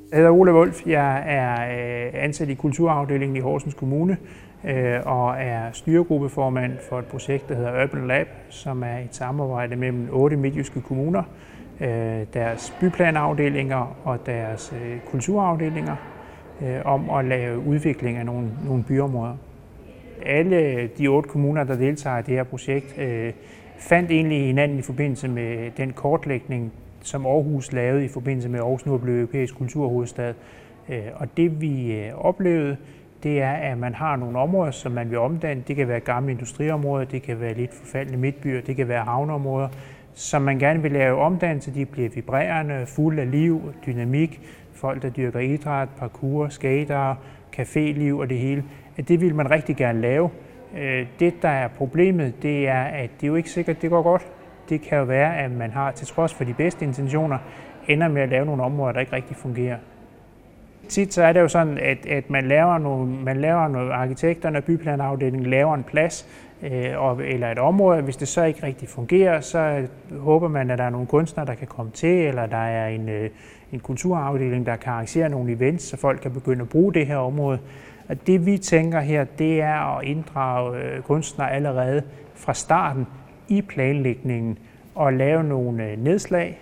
Jeg hedder Ole Wolf. Jeg er ansat i kulturafdelingen i Horsens Kommune og er styregruppeformand for et projekt, der hedder Urban Lab, som er et samarbejde mellem 8 midtjyske kommuner, deres byplanafdelinger og deres kulturafdelinger om at lave udvikling af nogle byområder. Alle de 8 kommuner, der deltager i det her projekt, fandt egentlig hinanden i forbindelse med den kortlægning, som Aarhus lavede i forbindelse med Aarhus nu blev europæisk kulturhovedstad. Og det vi oplevede, det er, at man har nogle områder, som man vil omdanne. Det kan være gamle industriområder, det kan være lidt forfaldne midtbyer, det kan være havneområder, som man gerne vil lave omdannelse. De bliver vibrerende, fulde af liv, dynamik, folk der dyrker idræt, parkour, skater, caféliv og det hele. Det vil man rigtig gerne lave. Det der er problemet, det er, at det er jo ikke sikkert, det går godt. Det kan jo være, at man har, til trods for de bedste intentioner, ender med at lave nogle områder, der ikke rigtig fungerer. Tit så er det jo sådan, at man laver noget, arkitekterne og byplanafdelingen laver en plads eller et område. Hvis det så ikke rigtig fungerer, så håber man, at der er nogle kunstnere, der kan komme til, eller der er en kulturafdeling, der kan arrangere nogle events, så folk kan begynde at bruge det her område. Og det vi tænker her, det er at inddrage kunstnere allerede fra starten i planlægningen og lave nogle nedslag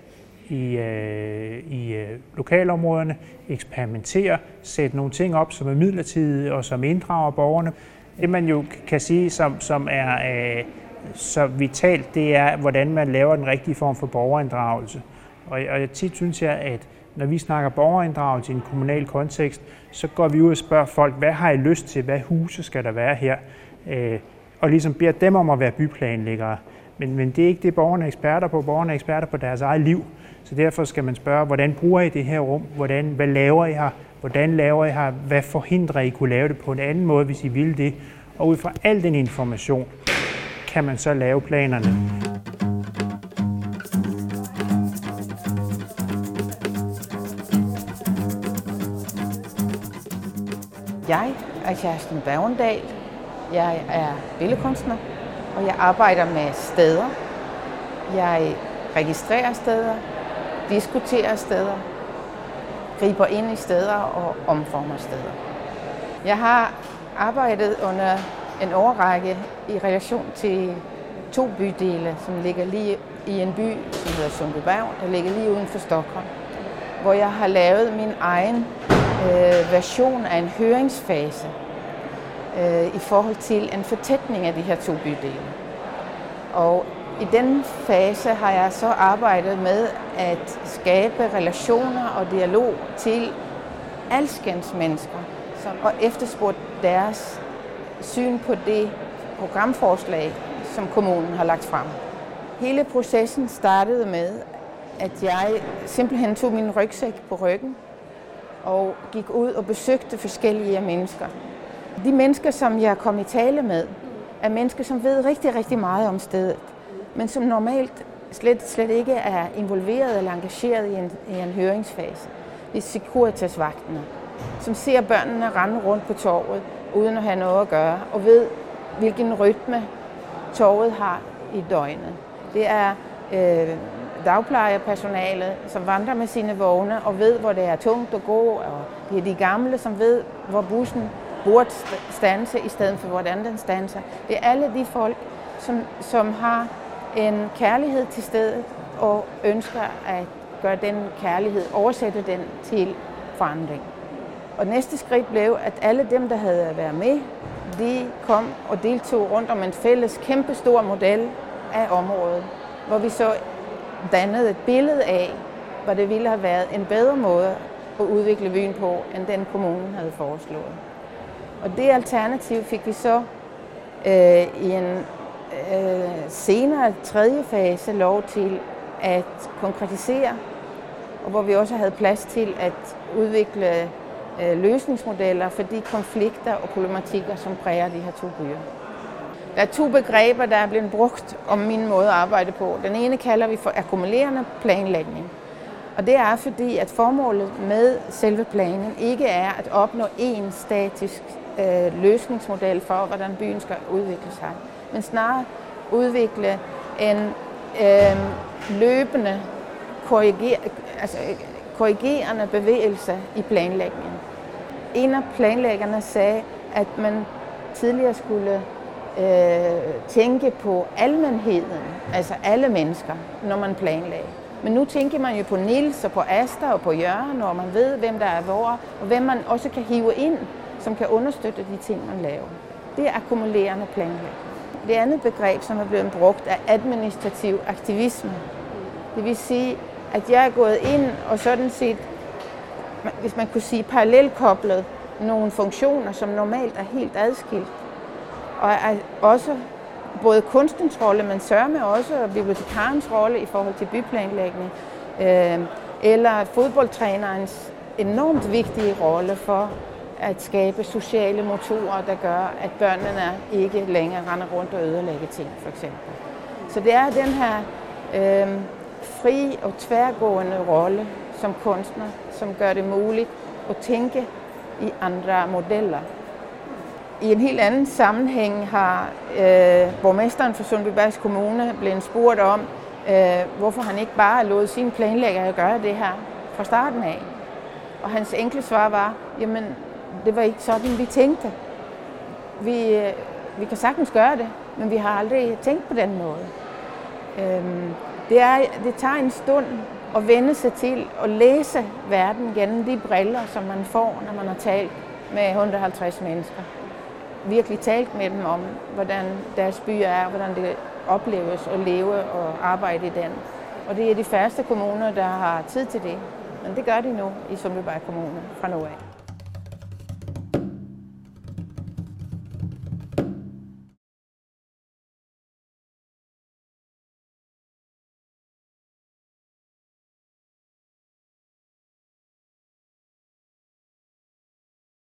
i lokalområderne, eksperimentere, sætte nogle ting op, som er midlertidige og som inddrager borgerne. Det man jo kan sige, som er så vitalt, det er, hvordan man laver den rigtige form for borgerinddragelse. Og tit synes jeg, at når vi snakker borgerinddragelse i en kommunal kontekst, så går vi ud og spørger folk, hvad har I lyst til, hvad huse skal der være her? Og ligesom beder dem om at være byplanlæggere. Men det er ikke det, borgerne er eksperter på. Borgerne er eksperter på deres eget liv. Så derfor skal man spørge, hvordan bruger I det her rum? Hvad laver I her? Hvordan laver I her? Hvad forhindrer I kunne lave det på en anden måde, hvis I ville det? Og ud fra al den information, kan man så lave planerne. Jeg er Kerstin Bergendal. Jeg er billedkunstner, og jeg arbejder med steder. Jeg registrerer steder, diskuterer steder, griber ind i steder og omformer steder. Jeg har arbejdet under en årrække i relation til 2 bydele, som ligger lige i en by, som hedder Sundbyberg, der ligger lige uden for Stockholm, hvor jeg har lavet min egen version af en høringsfase i forhold til en fortætning af de her 2 bydele. Og i den fase har jeg så arbejdet med at skabe relationer og dialog til alskens mennesker, og efterspurgt deres syn på det programforslag, som kommunen har lagt frem. Hele processen startede med, at jeg simpelthen tog min rygsæk på ryggen og gik ud og besøgte forskellige mennesker. De mennesker, som jeg kom i tale med, er mennesker, som ved rigtig, rigtig meget om stedet, men som normalt slet ikke er involveret eller engageret i en høringsfase. Det er Securitas-vagterne, som ser børnene rende rundt på torvet, uden at have noget at gøre, og ved, hvilken rytme torvet har i døgnet. Det er dagplejerpersonalet, som vandrer med sine vogne og ved, hvor det er tungt at gå, og det er de gamle, som ved, hvor bussen burde standse, i stedet for hvordan den standser. Det er alle de folk, som har en kærlighed til stedet og ønsker at gøre den kærlighed, oversætte den til forandring. Og næste skridt blev, at alle dem, der havde været med, de kom og deltog rundt om en fælles kæmpestor model af området, hvor vi så dannede et billede af, hvad det ville have været en bedre måde at udvikle byen på, end den kommunen havde foreslået. Og det alternativ fik vi så i en senere 3. fase lov til at konkretisere, og hvor vi også havde plads til at udvikle løsningsmodeller for de konflikter og problematikker, som præger de her 2 byer. Der er 2 begreber, der er blevet brugt om min måde at arbejde på. Den ene kalder vi for akkumulerende planlægning. Og det er fordi, at formålet med selve planen ikke er at opnå en statisk løsningsmodel for, hvordan byen skal udvikle sig, men snarere udvikle en løbende korrigerende bevægelse i planlægningen. En af planlæggerne sagde, at man tidligere skulle tænke på almenheden, altså alle mennesker, når man planlagde. Men nu tænker man jo på Niels og på Asta og på Jørgen, og man ved, hvem der er hvor, og hvem man også kan hive ind, som kan understøtte de ting, man laver. Det er akkumulerende planlægning. Det andet begreb, som er blevet brugt, er administrativ aktivisme. Det vil sige, at jeg er gået ind og sådan set, hvis man kunne sige parallelkoblet, nogle funktioner, som normalt er helt adskilt. Og er også både kunstens rolle, men sørme også bibliotekarens rolle i forhold til byplanlægning, eller fodboldtrænerens enormt vigtige rolle for at skabe sociale motorer, der gør, at børnene ikke længere render rundt og ødelægger ting, for eksempel. Så det er den her fri og tværgående rolle som kunstner, som gør det muligt at tænke i andre modeller. I en helt anden sammenhæng har borgmesteren for Sundbybergs Kommune blevet spurgt om, hvorfor han ikke bare lod sine planlæggere gøre det her fra starten af. Og hans enkle svar var, jamen det var ikke sådan, vi tænkte. Vi kan sagtens gøre det, men vi har aldrig tænkt på den måde. Det tager en stund at vende sig til at læse verden gennem de briller, som man får, når man har talt med 150 mennesker. Virkelig talt med dem om, hvordan deres by er, hvordan det opleves at leve og arbejde i den. Og det er de færreste kommuner, der har tid til det. Men det gør de nu i Sundbyberg Kommune fra nu af.